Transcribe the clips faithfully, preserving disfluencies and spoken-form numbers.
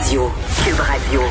Radio. Cube Radio.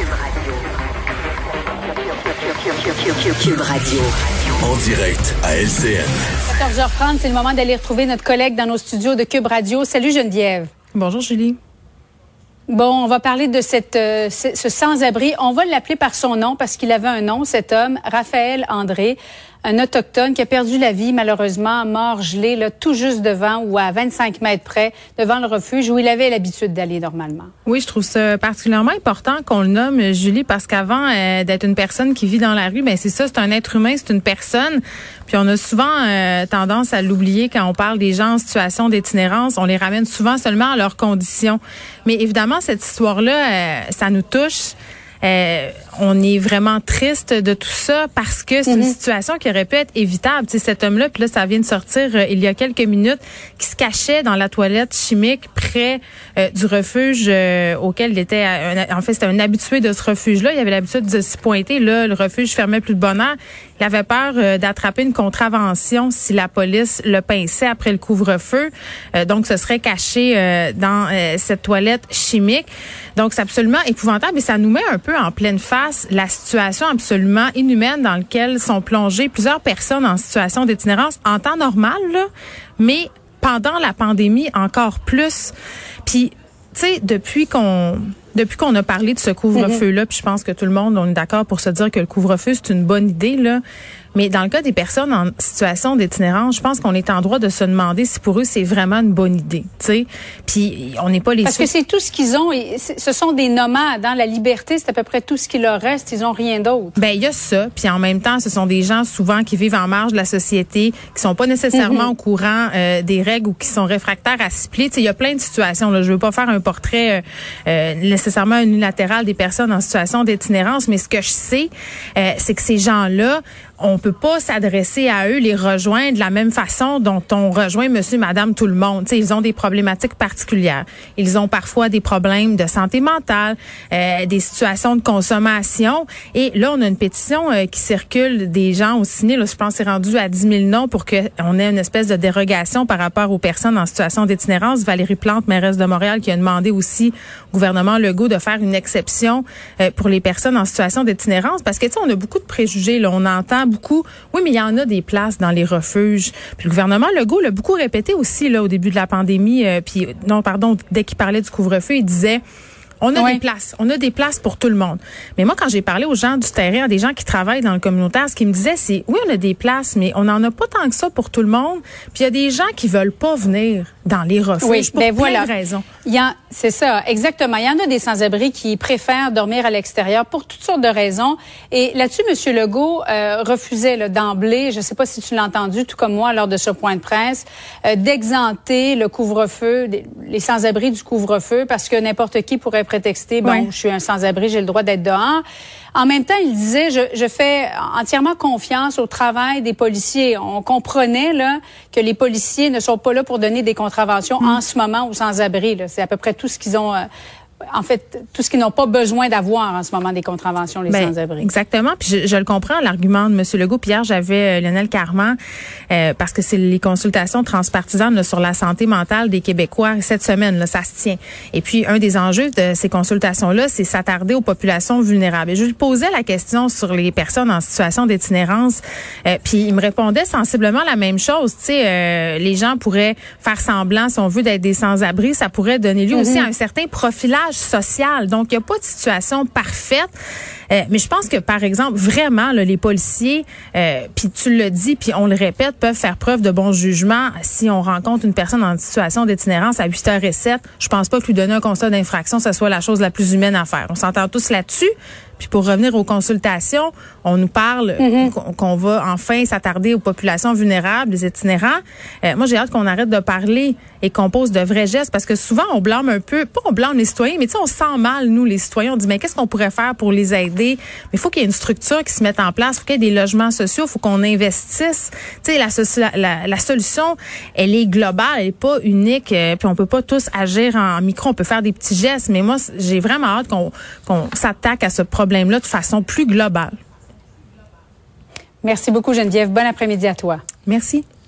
Cube Radio. En direct à L C N. quatorze heures trente, c'est le moment d'aller retrouver notre collègue dans nos studios de Cube Radio. Salut Geneviève. Bonjour Julie. Bon, on va parler de cette, euh, ce sans-abri. On va l'appeler par son nom parce qu'il avait un nom, cet homme, Raphaël André, un autochtone qui a perdu la vie, malheureusement, mort gelé, là, tout juste devant ou à vingt-cinq mètres près, devant le refuge où il avait l'habitude d'aller normalement. Oui, je trouve ça particulièrement important qu'on le nomme, Julie, parce qu'avant euh, d'être une personne qui vit dans la rue, ben c'est ça, c'est un être humain, c'est une personne. Puis on a souvent euh, tendance à l'oublier quand on parle des gens en situation d'itinérance. On les ramène souvent seulement à leurs conditions. Mais évidemment, cette histoire-là, euh, ça nous touche. Euh, on est vraiment triste de tout ça parce que c'est mm-hmm. une situation qui aurait pu être évitable. Tu sais, cet homme-là, puis là, ça vient de sortir euh, il y a quelques minutes, qui se cachait dans la toilette chimique près euh, du refuge euh, auquel il était. Euh, en fait, c'était un habitué de ce refuge-là. Il avait l'habitude de s'y pointer. Là, le refuge fermait plus de bonne heure. Il avait peur euh, d'attraper une contravention si la police le pinçait après le couvre-feu. Euh, donc, ce serait caché euh, dans euh, cette toilette chimique. Donc, c'est absolument épouvantable et ça nous met un peu en pleine face la situation absolument inhumaine dans laquelle sont plongées plusieurs personnes en situation d'itinérance en temps normal, là, mais pendant la pandémie encore plus. Puis, tu sais, depuis qu'on depuis qu'on a parlé de ce couvre-feu-là, puis je pense que tout le monde, on est d'accord pour se dire que le couvre-feu, c'est une bonne idée, là. Mais dans le cas des personnes en situation d'itinérance, je pense qu'on est en droit de se demander si pour eux, c'est vraiment une bonne idée, tu sais. Puis on n'est pas les Parce sous- que c'est tout ce qu'ils ont. Et ce sont des nomades. Dans la liberté, c'est à peu près tout ce qui leur reste. Ils ont rien d'autre. Ben il y a ça. Puis en même temps, ce sont des gens souvent qui vivent en marge de la société, qui sont pas nécessairement mm-hmm. au courant euh, des règles ou qui sont réfractaires à s'y plier. Tu sais, il y a plein de situations. Là, je veux pas faire un portrait euh, euh, nécessairement unilatéral des personnes en situation d'itinérance, mais ce que je sais, euh, c'est que ces gens-là, on peut pas s'adresser à eux, les rejoindre de la même façon dont on rejoint monsieur, madame, tout le monde. T'sais, ils ont des problématiques particulières. Ils ont parfois des problèmes de santé mentale, euh, des situations de consommation. Et là, on a une pétition euh, qui circule des gens au ciné. Là, je pense que c'est rendu à dix mille noms pour qu'on ait une espèce de dérogation par rapport aux personnes en situation d'itinérance. Valérie Plante, mairesse de Montréal, qui a demandé aussi au gouvernement Legault de faire une exception euh, pour les personnes en situation d'itinérance. Parce que, tu sais, on a beaucoup de préjugés. Là, on entend beaucoup. Oui, mais il y en a des places dans les refuges. Puis le gouvernement Legault l'a beaucoup répété aussi là au début de la pandémie. Euh, puis non, pardon, dès qu'il parlait du couvre-feu, il disait on a oui. des places, on a des places pour tout le monde. Mais moi, quand j'ai parlé aux gens du terrain, à des gens qui travaillent dans le communautaire, ce qu'ils me disaient, c'est oui, on a des places, mais on n'en a pas tant que ça pour tout le monde. Puis il y a des gens qui veulent pas venir dans les refuges oui, pour ben plein voilà. de raisons. Il y a, c'est ça, exactement. Il y en a des sans-abri qui préfèrent dormir à l'extérieur pour toutes sortes de raisons. Et là-dessus, M. Legault euh, refusait là, d'emblée, je ne sais pas si tu l'as entendu, tout comme moi, lors de ce point de presse, euh, d'exenter le couvre-feu, les sans-abri du couvre-feu, parce que n'importe qui pourrait prétexter, bon, oui. je suis un sans-abri, j'ai le droit d'être dehors. En même temps, il disait, je, je fais entièrement confiance au travail des policiers. On comprenait là que les policiers ne sont pas là pour donner des contraventions mmh. en ce moment aux sans-abri. Là. C'est à peu près tout ce qu'ils ont... Euh, en fait, tout ce qu'ils n'ont pas besoin d'avoir en ce moment, des contraventions, les ben, sans-abri. Exactement. Puis je, je le comprends, l'argument de M. Legault. Puis hier, j'avais euh, Lionel Carman, euh, parce que c'est les consultations transpartisanes là, sur la santé mentale des Québécois. Cette semaine, là, ça se tient. Et puis, un des enjeux de ces consultations-là, c'est s'attarder aux populations vulnérables. Et je lui posais la question sur les personnes en situation d'itinérance. Euh, puis, il me répondait sensiblement la même chose. Tu sais, euh, les gens pourraient faire semblant, si on veut, d'être des sans-abri. Ça pourrait donner lieu mm-hmm. aussi à un certain profilage social. Donc, il n'y a pas de situation parfaite. Euh, mais je pense que, par exemple, vraiment, là, les policiers, euh, puis tu le dis, puis on le répète, peuvent faire preuve de bon jugement si on rencontre une personne en situation d'itinérance à huit heures zéro sept. Je pense pas que lui donner un constat d'infraction, ce soit la chose la plus humaine à faire. On s'entend tous là-dessus. Puis pour revenir aux consultations, on nous parle mm-hmm. qu'on, qu'on va enfin s'attarder aux populations vulnérables, les itinérants. Euh, moi, j'ai hâte qu'on arrête de parler et qu'on pose de vrais gestes parce que souvent, on blâme un peu, pas on blâme les citoyens, mais tu sais, on sent mal, nous, les citoyens. On dit, mais qu'est-ce qu'on pourrait faire pour les aider? Mais il faut qu'il y ait une structure qui se mette en place. Il faut qu'il y ait des logements sociaux. Il faut qu'on investisse. Tu sais, la, la, la solution, elle est globale, elle est pas unique. Euh, puis on peut pas tous agir en micro. On peut faire des petits gestes. Mais moi, j'ai vraiment hâte qu'on, qu'on s'attaque à ce problème problème-là de façon plus globale. Merci beaucoup, Geneviève. Bon après-midi à toi. Merci.